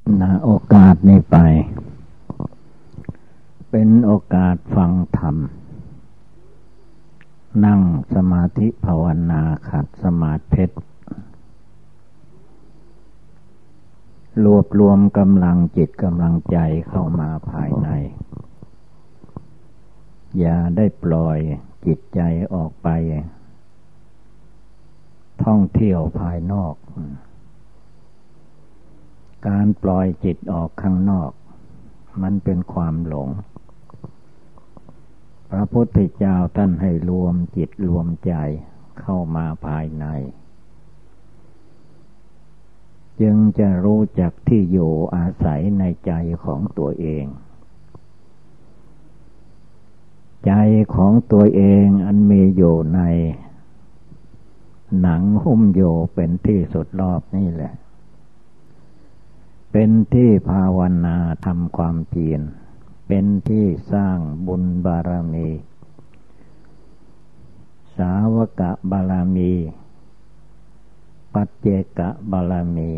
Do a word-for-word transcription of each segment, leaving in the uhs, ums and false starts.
ณโอกาสนี้ไปเป็นโอกาสฟังธรรมนั่งสมาธิภาวนาขัดสมาธิรวบรวมกำลังจิตกำลังใจเข้ามาภายในอย่าได้ปล่อยจิตใจออกไปท่องเที่ยวภายนอกการปล่อยจิตออกข้างนอกมันเป็นความหลงพระพุทธเจ้าท่านให้รวมจิตรวมใจเข้ามาภายในจึงจะรู้จักที่อยู่อาศัยในใจของตัวเองใจของตัวเองอันมีอยู่ในหนังหุ้มโยเป็นที่สุดรอบนี่แหละเป็นที่ภาวนาทำความเพียรเป็นที่สร้างบุญบารมีสาวกบารมีปัจเจกบารมี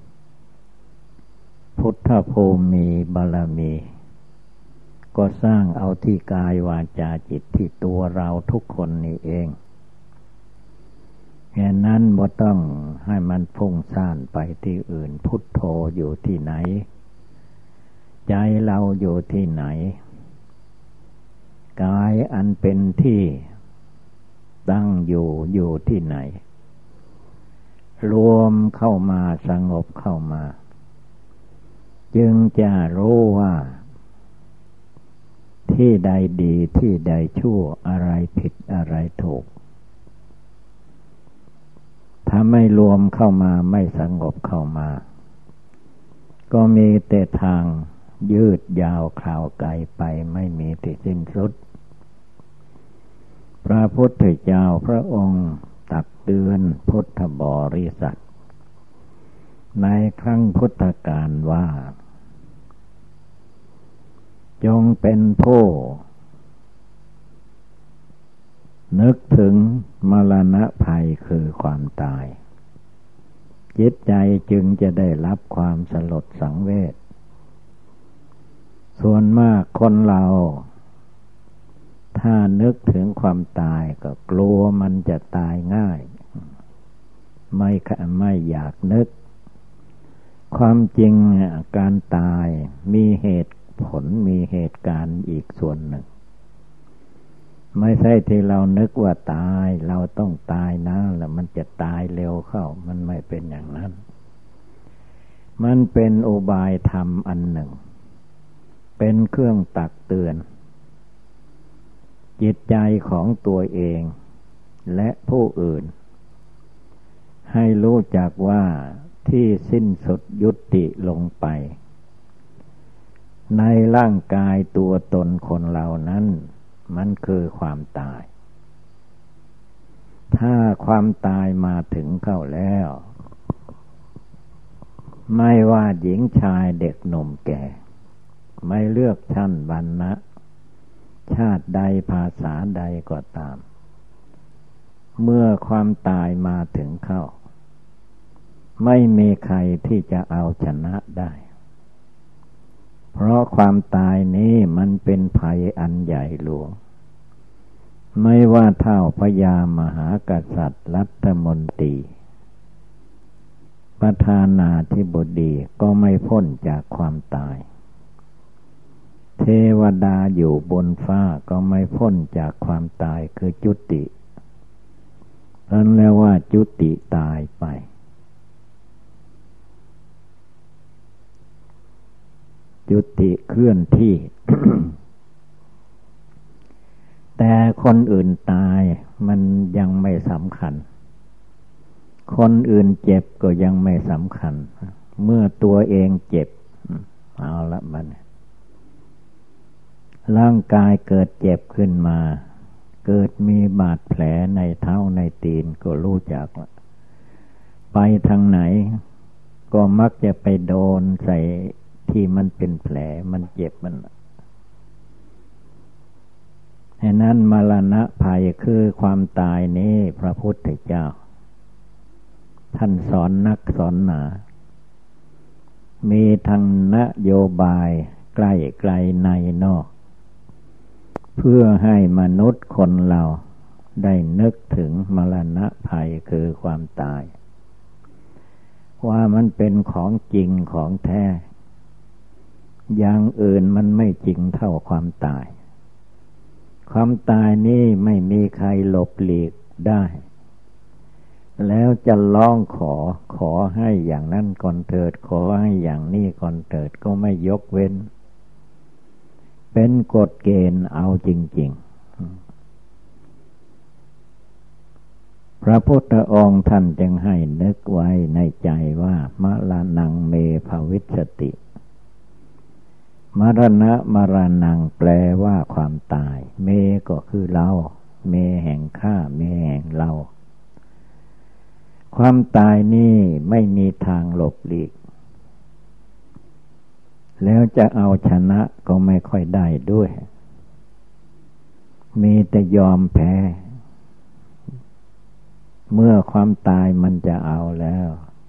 พุทธภูมิบารมีก็สร้างเอาที่กายวาจาจิตที่ตัวเราทุกคนนี่เองแค่นั้นบ่ต้องให้มันพุ่งซ่านไปที่อื่นพุทโธอยู่ที่ไหนใจเราอยู่ที่ไหนกายอันเป็นที่ตั้งอยู่อยู่ที่ไหนรวมเข้ามาสงบเข้ามาจึงจะรู้ว่าที่ใดดีที่ใดชั่วอะไรผิดอะไรถูกถ้าไม่รวมเข้ามาไม่สงบเข้ามาก็มีแต่ทางยืดยาวคราวไกลไปไม่มีที่สิ้นสุดพระพุทธเจ้าพระองค์ตักเตือนพุทธบริษัทในครั้งพุทธกาลว่าจงเป็นผู้นึกถึงมรณะภัยคือความตายจิตใจจึงจะได้รับความสลดสังเวชส่วนมากคนเราถ้านึกถึงความตายก็กลัวมันจะตายง่ายไม่ไม่อยากนึกความจริงการตายมีเหตุผลมีเหตุการณ์อีกส่วนหนึ่งไม่ใช่ที่เรานึกว่าตายเราต้องตายนะแล้วมันจะตายเร็วเข้ามันไม่เป็นอย่างนั้นมันเป็นอุบายธรรมอันหนึ่งเป็นเครื่องตักเตือนจิตใจของตัวเองและผู้อื่นให้รู้จักว่าที่สิ้นสุดยุติลงไปในร่างกายตัวตนคนเหล่านั้นมันคือความตายถ้าความตายมาถึงเข้าแล้วไม่ว่าหญิงชายเด็กหนุ่มแก่ไม่เลือกชั้นวรรณะชาติใดภาษาใดก็ตามเมื่อความตายมาถึงเข้าไม่มีใครที่จะเอาชนะได้เพราะความตายนี้มันเป็นภัยอันใหญ่หลวงไม่ว่าเท่าพญามหากษัตริย์รัฐมนตรีประธานาธิบดีก็ไม่พ้นจากความตายเทวดาอยู่บนฟ้าก็ไม่พ้นจากความตายคือจุตินั่นเรียกว่าจุติตายไปจุติเคลื่อนที่ แต่คนอื่นตายมันยังไม่สำคัญคนอื่นเจ็บก็ยังไม่สำคัญเมื่อตัวเองเจ็บเอาละมันร่างกายเกิดเจ็บขึ้นมาเกิดมีบาดแผลในเท้าในตีนก็รู้จักว่าไปทางไหนก็มักจะไปโดนใส่ที่มันเป็นแผลมันเจ็บมันฉะนั้นมรณะภัยคือความตายนี้พระพุทธเจ้าท่านสอนนักสอนหนามีทั้งนโยบายใกล้ไกลในนอกเพื่อให้มนุษย์คนเราได้นึกถึงมรณะภัยคือความตายว่ามันเป็นของจริงของแท้อย่างอื่นมันไม่จริงเท่าความตายความตายนี่ไม่มีใครหลบหลีกได้แล้วจะร้องขอขอให้อย่างนั้นก่อนเถิดขอให้อย่างนี้ก่อนเถิดก็ไม่ยกเว้นเป็นกฎเกณฑ์เอาจริงๆพระพุทธองค์ท่านจึงให้นึกไว้ในใจว่ามรณังเมภวิสติมรณะมรณังแปลว่าความตายเมก็คือเราเมแห่งข้าเมแห่งเราความตายนี่ไม่มีทางหลบหลีกแล้วจะเอาชนะก็ไม่ค่อยได้ด้วยมีแต่ยอมแพ้เมื่อความตายมันจะเอาแล้ว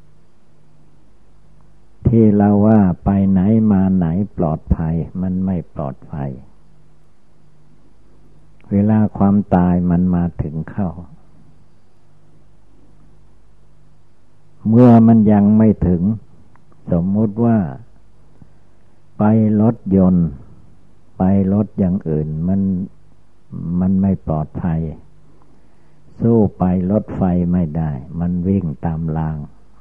ที่เราว่าไปไหนมาไหนปลอดภัยมันไม่ปลอดภัยเวลาความตายมันมาถึงเข้าเมื่อมันยังไม่ถึงสมมุติว่าไปรถยนต์ไปรถอย่างอื่นมันมันไม่ปลอดภัยสู้ไปรถไฟไม่ได้มันวิ่งตามราง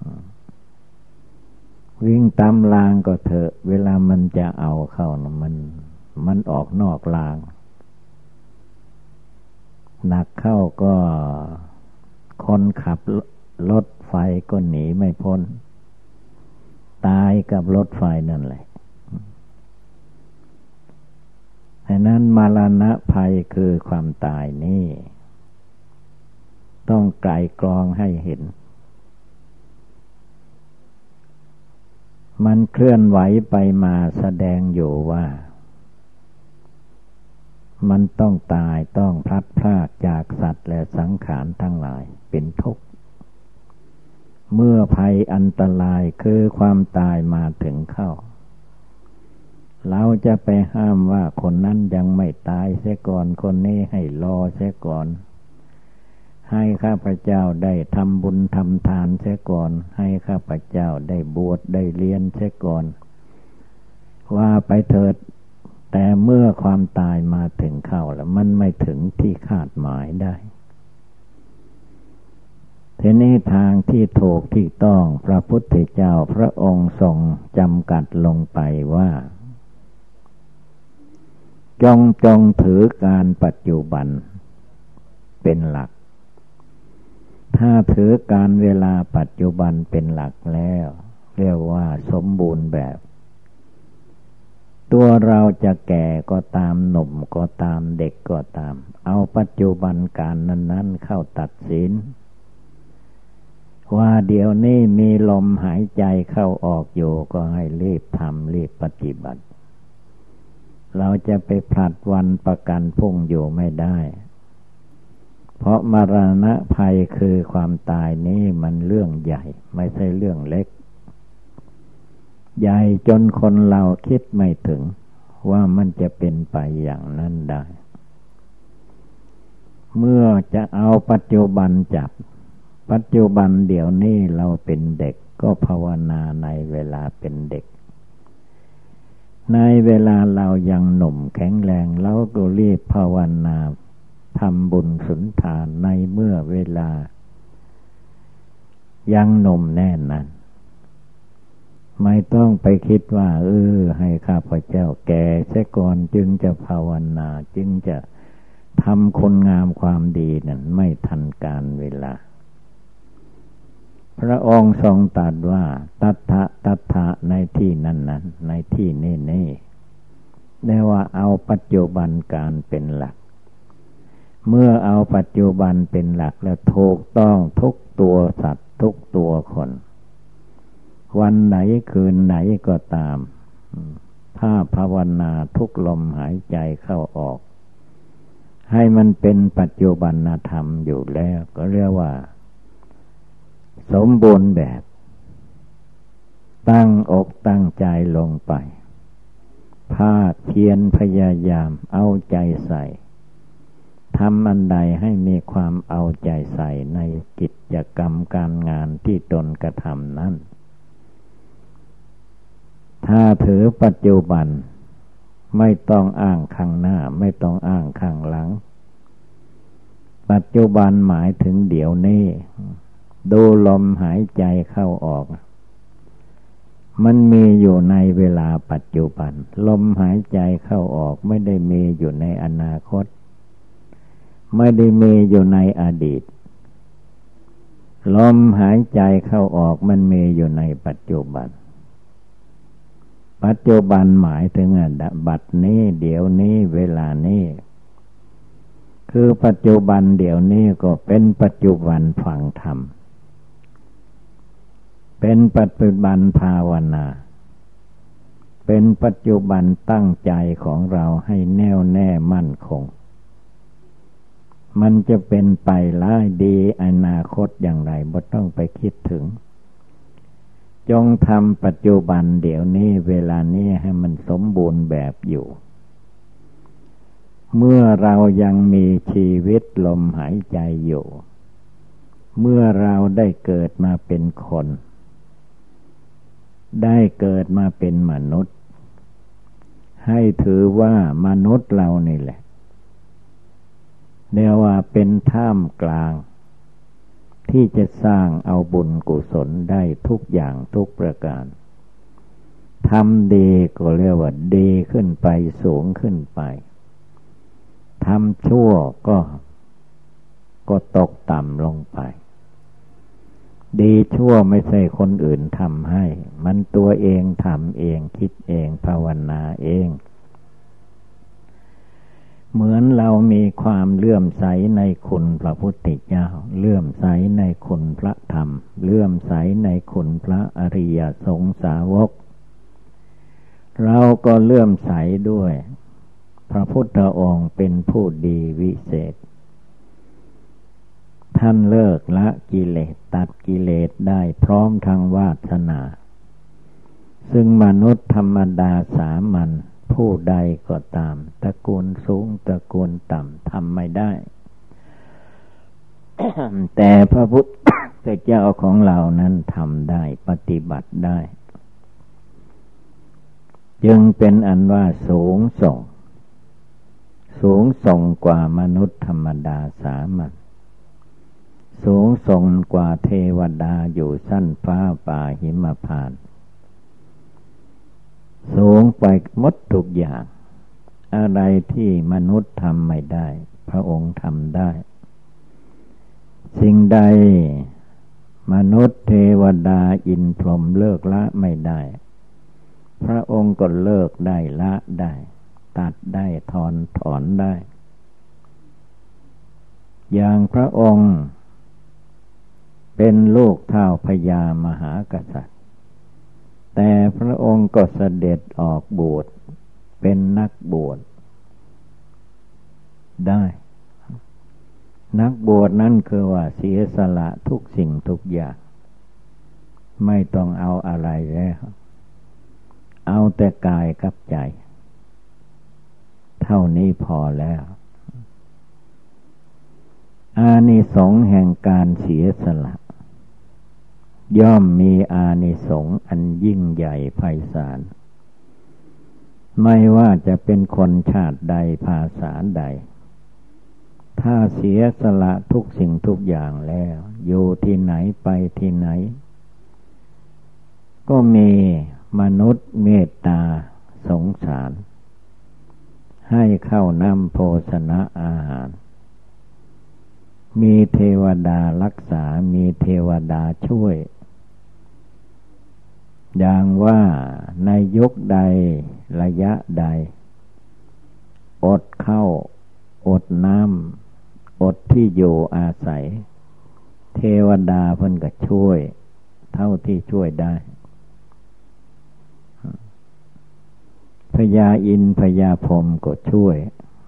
วิ่งตามรางก็เถอะเวลามันจะเอาเข้านะมันมันออกนอกรางหนักเข้าก็คนขับรถไฟก็หนีไม่พ้นตายกับรถไฟนั่นแหละฉะนั้นมรณะภัยคือความตายนี่ต้องไกลกรองให้เห็นมันเคลื่อนไหวไปมาแสดงอยู่ว่ามันต้องตายต้องพลัดพรากจากสัตว์และสังขารทั้งหลายเป็นทุกข์เมื่อภัยอันตรายคือความตายมาถึงเข้าเราจะไปห้ามว่าคนนั้นยังไม่ตายเสียก่อนคนนี้ให้รอเสียก่อนให้ข้าพเจ้าได้ทำบุญทำทานเสียก่อนให้ข้าพเจ้าได้บวชได้เรียนเสียก่อนว่าไปเถิดแต่เมื่อความตายมาถึงเข้าแล้วมันไม่ถึงที่คาดหมายได้ทีนี้ทางที่ถูกที่ต้องพระพุทธเจ้าพระองค์ทรงจำกัดลงไปว่าจงจงถือการปัจจุบันเป็นหลักถ้าถือการเวลาปัจจุบันเป็นหลักแล้วเรียกว่าสมบูรณ์แบบตัวเราจะแก่ก็ตามหนุ่มก็ตามเด็กก็ตามเอาปัจจุบันการนั้นๆเข้าตัดสินว่าเดี๋ยวนี้มีลมหายใจเข้าออกอยู่ก็ให้รีบทำรีบปฏิบัติเราจะไปผลัดวันประกันพรุ่งอยู่ไม่ได้เพราะมรณะภัยคือความตายนี้มันเรื่องใหญ่ไม่ใช่เรื่องเล็กใหญ่จนคนเราคิดไม่ถึงว่ามันจะเป็นไปอย่างนั้นได้เมื่อจะเอาปัจจุบันจับปัจจุบันเดี๋ยวนี้เราเป็นเด็กก็ภาวนาในเวลาเป็นเด็กในเวลาเรายังหนุ่มแข็งแรงเราก็รีบภาวนาทำบุญสุนทานในเมื่อเวลายังหนุ่มแน่นนั้นไม่ต้องไปคิดว่าเออให้ข้าพเจ้าแก่เสียก่อนจึงจะภาวนาจึงจะทำคุณงามความดีนั่นไม่ทันการเวลาพระองค์ทรงตรัสว่าตัทธะตัทธะในที่นั้นนั้นในที่นี้นี่ได้ว่าเอาปัจจุบันการเป็นหลักเมื่อเอาปัจจุบันเป็นหลักแล้วถูกต้องทุกตัวสัตว์ทุกตัวคนวันไหนคืนไหนก็ตามถ้าภาวนาทุกลมหายใจเข้าออกให้มันเป็นปัจจุบันธรรมอยู่แล้วก็เรียกว่าสมบูรณ์แบบตั้งอกตั้งใจลงไปภาคเพียรพยายามเอาใจใส่ทำอันใดให้มีความเอาใจใส่ในกิจกรรมการงานที่ตนกระทำนั้นถ้าถือปัจจุบันไม่ต้องอ้างข้างหน้าไม่ต้องอ้างข้างหลังปัจจุบันหมายถึงเดี๋ยวนี้ดูลมหายใจเข้าออกมันมีอยู่ในเวลาปัจจุบันลมหายใจเข้าออกไม่ได้มีอยู่ในอนาคตไม่ได้มีอยู่ในอดีตลมหายใจเข้าออกมันมีอยู่ในปัจจุบันปัจจุบันหมายถึงบัดนี้เดี๋ยวนี้เวลานี้คือปัจจุบันเดี๋ยวนี้ก็เป็นปัจจุบันฟังธรรมเป็นปัจจุบันภาวนาเป็นปัจจุบันตั้งใจของเราให้แน่วแน่มั่นคงมันจะเป็นไปร้ายดีอนาคตอย่างไรบ่ต้องไปคิดถึงจงทำปัจจุบันเดี๋ยวนี้เวลานี้ให้มันสมบูรณ์แบบอยู่เมื่อเรายังมีชีวิตลมหายใจอยู่เมื่อเราได้เกิดมาเป็นคนได้เกิดมาเป็นมนุษย์ให้ถือว่ามนุษย์เรานี่แหละเรียกว่าเป็นท่ามกลางที่จะสร้างเอาบุญกุศลได้ทุกอย่างทุกประการทำดีก็เรียกว่าดีขึ้นไปสูงขึ้นไปทำชั่วก็ก็ตกต่ำลงไปดีชั่วไม่ใช่คนอื่นทำให้มันตัวเองทำเองคิดเองภาวนาเองเหมือนเรามีความเลื่อมใสในคุณพระพุทธเจ้าเลื่อมใสในคุณพระธรรมเลื่อมใสในคุณพระอริยสงสาวกเราก็เลื่อมใสด้วยพระพุทธองค์เป็นผู้ดีวิเศษท่านเลิกละกิเลสตัดกิเลสได้พร้อมทางวาสนาซึ่งมนุษย์ธรรมดาสามัญผู้ใดก็ตามตระกูลสูงตระกูลต่ำทำไม่ได้ แต่พระพุทธเจ้าของเรานั้นทำได้ปฏิบัติได้จึงเป็นอันว่าสูงส่งสูงส่งกว่ามนุษย์ธรรมดาสามัญสูงส่งกว่าเทวดาอยู่สั้นฟ้าป่าหิมพานต์สูงไปหมดทุกอย่างอะไรที่มนุษย์ทำไม่ได้พระองค์ทำได้สิ่งใดมนุษย์เทวดาอินพรหมเลิกละไม่ได้พระองค์ก็เลิกได้ละได้ตัดได้ถอนถอนได้อย่างพระองค์เป็นลูกเท้าพญามหากษัตริย์แต่พระองค์ก็เสด็จออกบวชเป็นนักบวชได้นักบวชนั้นคือว่าเสียสละทุกสิ่งทุกอย่างไม่ต้องเอาอะไรแล้วเอาแต่กายกับใจเท่านี้พอแล้วอานิสงส์แห่งการเสียสละย่อมมีอานิสงส์อันยิ่งใหญ่ไพศาลไม่ว่าจะเป็นคนชาติใดภาษาใดถ้าเสียสละทุกสิ่งทุกอย่างแล้วอยู่ที่ไหนไปที่ไหนก็มีมนุษย์เมตตาสงสารให้เข้านำโภชนะอาหารมีเทวดารักษามีเทวดาช่วยอย่างว่าในยุคใดระยะใดอดข้าวอดน้ำอดที่อยู่อาศัยเทวดาเพิ่นก็ช่วยเท่าที่ช่วยได้พญาอินทร์พญาพรหมก็ช่วย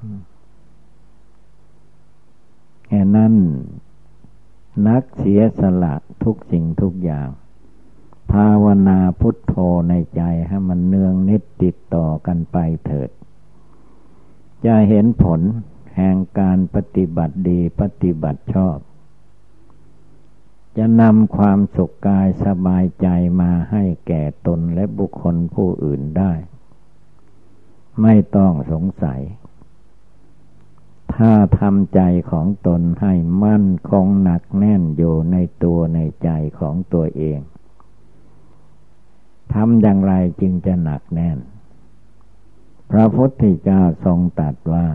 แค่นั้นนักเสียสละทุกสิ่งทุกอย่างทภาวนาพุทโธในใจให้มันเนืองนิดติดต่อกันไปเถิดจะเห็นผลแห่งการปฏิบัติดีปฏิบัติชอบจะนำความสุขกายสบายใจมาให้แก่ตนและบุคคลผู้อื่นได้ไม่ต้องสงสัยถ้าทำใจของตนให้มั่นคงหนักแน่นอยู่ในตัวในใจของตัวเองทำอย่างไรจึงจะหนักแน่นพระพุทธเจ้าทรงตรัสว่า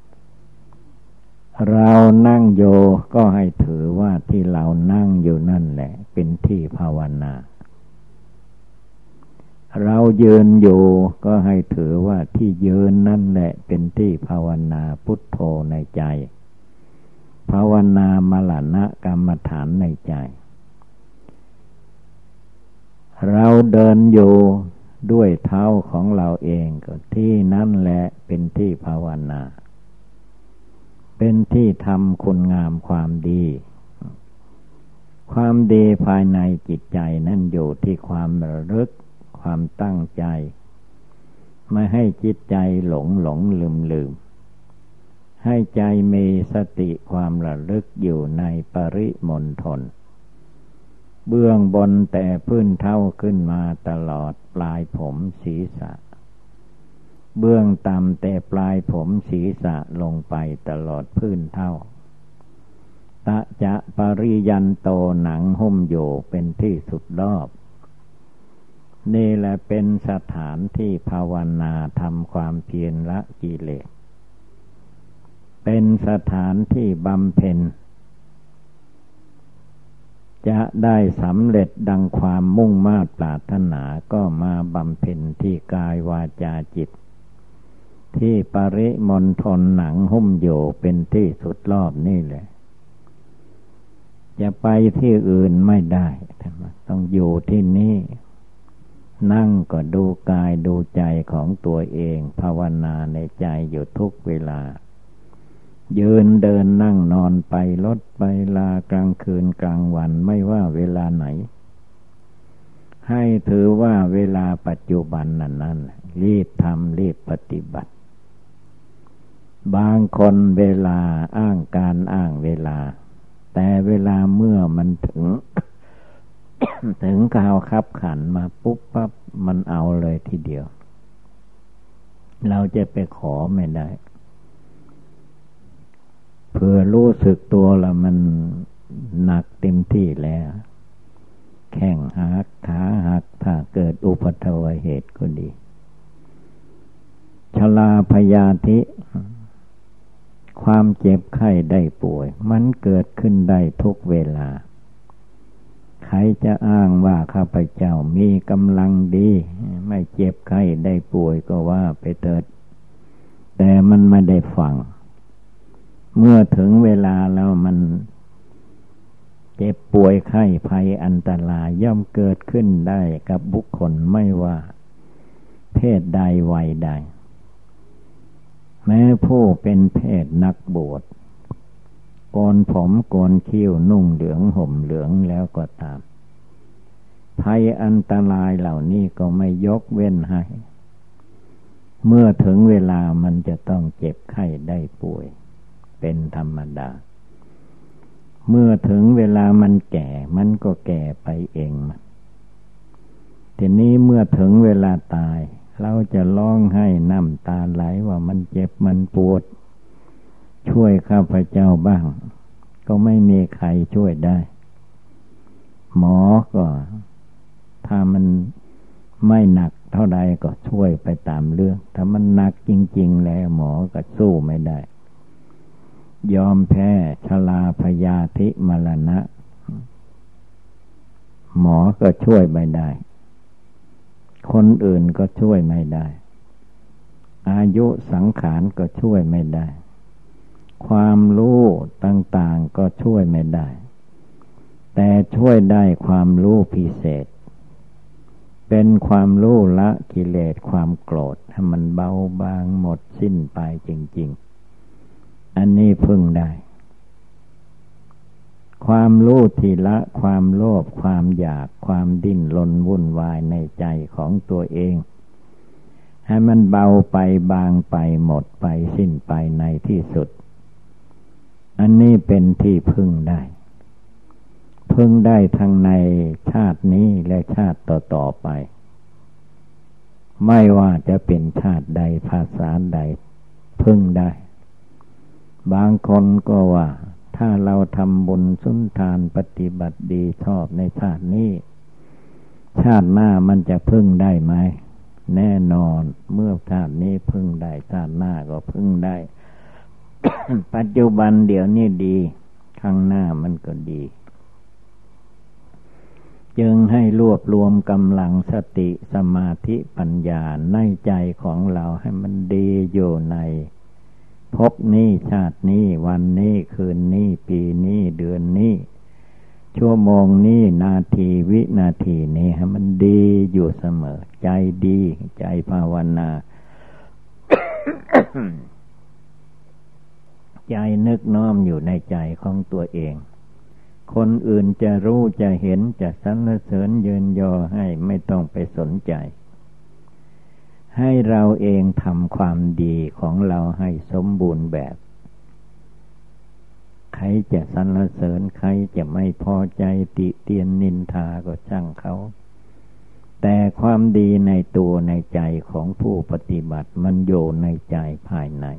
เรานั่งโยก็ให้ถือว่าที่เรานั่งอยู่นั่นแหละเป็นที่ภาวนาเรายืนอยู่ก็ให้ถือว่าที่ยืนนั่นแหละเป็นที่ภาวนาพุทโธในใจภาวนามรณะกรรมฐานในใจเราเดินอยู่ด้วยเท้าของเราเองก็ที่นั่นแหละเป็นที่ภาวนาเป็นที่ทำคุณงามความดีความดีภายในจิตใจนั่นอยู่ที่ความระลึกความตั้งใจไม่ให้จิตใจหลงหลงลืมลืมให้ใจมีสติความระลึกอยู่ในปริมณฑลเบื้องบนแต่พื้นเท้าขึ้นมาตลอดปลายผมศีรษะเบื้องต่ำแต่ปลายผมศีรษะลงไปตลอดพื้นเท้าตะจะปริยันโตหนังหุ้มอยู่เป็นที่สุดรอบนี่แหละเป็นสถานที่ภาวนาทำความเพียรละกิเลสเป็นสถานที่บำเพ็ญจะได้สำเร็จดังความมุ่งมา่ปรารถนาก็มาบำเพ็ญที่กายวาจาจิตที่ปริมณฑลหนังหุ้มอยู่เป็นที่สุดรอบนี่แหละจะไปที่อื่นไม่ได้ต้องอยู่ที่นี่นั่งก็ดูกายดูใจของตัวเองภาวนาในใจอยู่ทุกเวลายืนเดินนั่งนอนไปรถไปลากลางคืนกลางวันไม่ว่าเวลาไหนให้ถือว่าเวลาปัจจุบันนั้นนั้นรีบทำรีบปฏิบัติบางคนเวลาอ้างการอ้างเวลาแต่เวลาเมื่อมันถึง ถึงข่าวคับขันมาปุ๊บปั๊บมันเอาเลยทีเดียวเราจะไปขอไม่ได้เพื่อรู้สึกตัวแล้วมันหนักเต็มที่แล้วแข้งหักขาหักถ้าเกิดอุบัติเหตุก็ดีชราพยาธิความเจ็บไข้ได้ป่วยมันเกิดขึ้นได้ทุกเวลาใครจะอ้างว่าข้าพเจ้ามีกำลังดีไม่เจ็บไข้ได้ป่วยก็ว่าไปเถิดแต่มันไม่ได้ฟังเมื่อถึงเวลาแล้วมันเจ็บป่วยไข้ภัยอันตรายย่อมเกิดขึ้นได้กับบุคคลไม่ว่าเพศใดวัยใดแม้ผู้เป็นเพศนักบวชโกนผมโกนคิ้วนุ่งเหลืองห่มเหลืองแล้วก็ตามภัยอันตรายเหล่านี้ก็ไม่ยกเว้นให้เมื่อถึงเวลามันจะต้องเจ็บไข้ได้ป่วยเป็นธรรมดาเมื่อถึงเวลามันแก่มันก็แก่ไปเองทีนี้เมื่อถึงเวลาตายเราจะร้องไห้น้ำตาไหลว่ามันเจ็บมันปวดช่วยข้าพเจ้าบ้างก็ไม่มีใครช่วยได้หมอก็ถ้ามันไม่หนักเท่าใดก็ช่วยไปตามเรื่องถ้ามันหนักจริงๆแล้วหมอก็สู้ไม่ได้ยอมแพ้ชราพยาธิมรณะหมอก็ช่วยไม่ได้คนอื่นก็ช่วยไม่ได้อายุสังขารก็ช่วยไม่ได้ความรู้ต่างๆก็ช่วยไม่ได้แต่ช่วยได้ความรู้พิเศษเป็นความรู้ละกิเลสความโกรธให้มันเบาบางหมดสิ้นไปจริงๆอันนี้พึ่งได้ความรู้ที่ละความโลภความอยากความดิ้นรนวุ่นวายในใจของตัวเองให้มันเบาไปบางไปหมดไปสิ้นไปในที่สุดอันนี้เป็นที่พึ่งได้พึ่งได้ทั้งในชาตินี้และชาติต่อๆไปไม่ว่าจะเป็นชาติใดภาษาใดพึ่งได้บางคนก็ว่าถ้าเราทำบุญสุนทานปฏิบัติดีชอบในชาตินี้ชาติหน้ามันจะพึ่งได้ไหมแน่นอนเมื่อชาตินี้พึ่งได้ชาติหน้าก็พึ่งได้ ปัจจุบันเดี๋ยวนี้ดีข้างหน้ามันก็ดีจึงให้รวบรวมกำลังสติสมาธิปัญญาในใจของเราให้มันดีอยู่ในภพนี้ชาตินี้วันนี้คืนนี้ปีนี้เดือนนี้ชั่วโมงนี้นาทีวินาทีนี้ให้มันดีอยู่เสมอใจดีใจภาวนา ใจนึกน้อมอยู่ในใจของตัวเองคนอื่นจะรู้จะเห็นจะสรรเสริญเยินยอให้ไม่ต้องไปสนใจให้เราเองทำความดีของเราให้สมบูรณ์แบบใครจะสรรเสริญใครจะไม่พอใจติเตียนนินทาก็ช่างเขาแต่ความดีในตัวในใจของผู้ปฏิบัติมันอยู่ในใจภายใน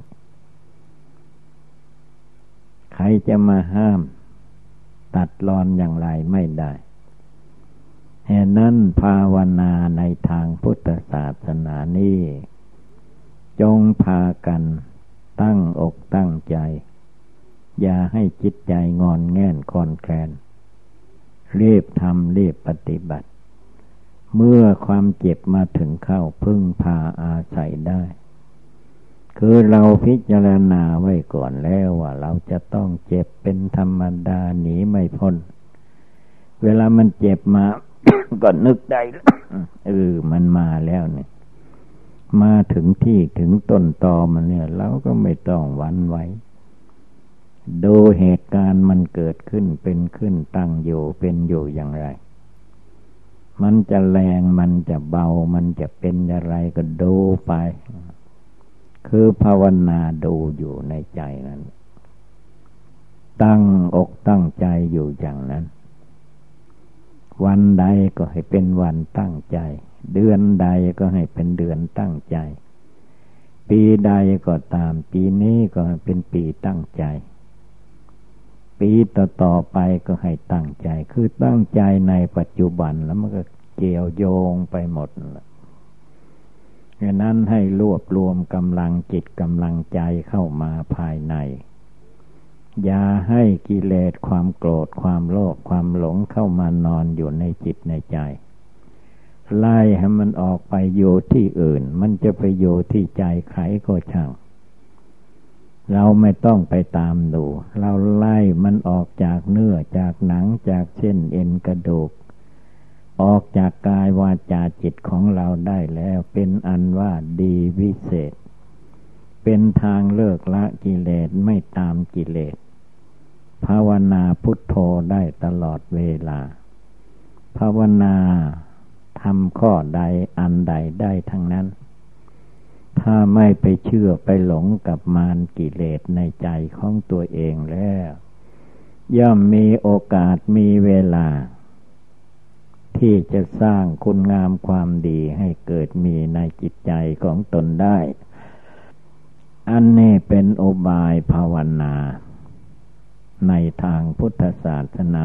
ใครจะมาห้ามตัดรอนอย่างไรไม่ได้แห่นั้นภาวนาในทางพุทธศาสนานี้จงพากันตั้งอกตั้งใจอย่าให้จิตใจงอนแง่นคลอนแคลนรีบทำรีบปฏิบัติเมื่อความเจ็บมาถึงเข้าพึ่งพาอาศัยได้คือเราพิจารณาไว้ก่อนแล้วว่าเราจะต้องเจ็บเป็นธรรมดาหนีไม่พ้นเวลามันเจ็บมา ก็นึกได้ เออมันมาแล้วเนี่ยมาถึงที่ถึงต้นตอมันเนี่ยเราก็ไม่ต้องหวั่นไหวดูเหตุการณ์มันเกิดขึ้นเป็นขึ้นตั้งอยู่เป็นอยู่อย่างไรมันจะแรงมันจะเบามันจะเป็นอย่างไรก็ดูไปคือภาวนาดูอยู่ในใจนั้นตั้งอกตั้งใจอยู่อย่างนั้นวันใดก็ให้เป็นวันตั้งใจเดือนใดก็ให้เป็นเดือนตั้งใจปีใดก็ตามปีนี้ก็ให้เป็นปีตั้งใจปีต่อๆไปก็ให้ตั้งใจคือตั้งใจในปัจจุบันแล้วมันก็เกี่ยวโยงไปหมดฉะนั้นให้รวบรวมกำลังจิตกำลังใจเข้ามาภายในอย่าให้กิเลสความโกรธความโลภความหลงเข้ามานอนอยู่ในจิตในใจไล่ให้มันออกไปอยู่ที่อื่นมันจะไปอยู่ที่ใจใครก็ช่างเราไม่ต้องไปตามดูเราไล่มันออกจากเนื้อจากหนังจากเส้นเอ็นกระดูกออกจากกายวาจาจิตของเราได้แล้วเป็นอันว่าดีวิเศษเป็นทางเลิกละกิเลสไม่ตามกิเลสภาวนาพุทโธได้ตลอดเวลาภาวนาทำข้อใดอันใดได้ทั้งนั้นถ้าไม่ไปเชื่อไปหลงกับมารกิเลสในใจของตัวเองแล้วย่อมมีโอกาสมีเวลาที่จะสร้างคุณงามความดีให้เกิดมีในจิตใจของตนได้อันนี้เป็นอุบายภาวนาในทางพุทธศาสนา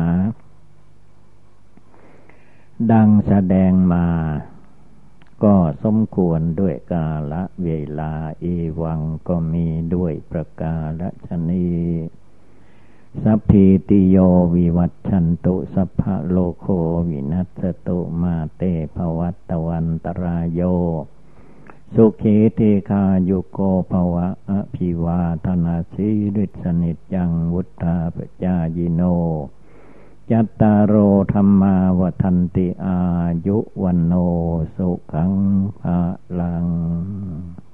ดังแสดงมาก็สมควรด้วยกาลเวลาอีวังก็มีด้วยประกาศนีสัพพิติโยวิวัชชันตุสัพพะโลโควินัสตุมาเตภวัตวันตรายโยสุขีติคายุโกภวะอภิวาทนาสีริสนิจจังวุฒาปจายโนจัตตารโอธรรมาวทันติอายุวันโนสุขังภะลัง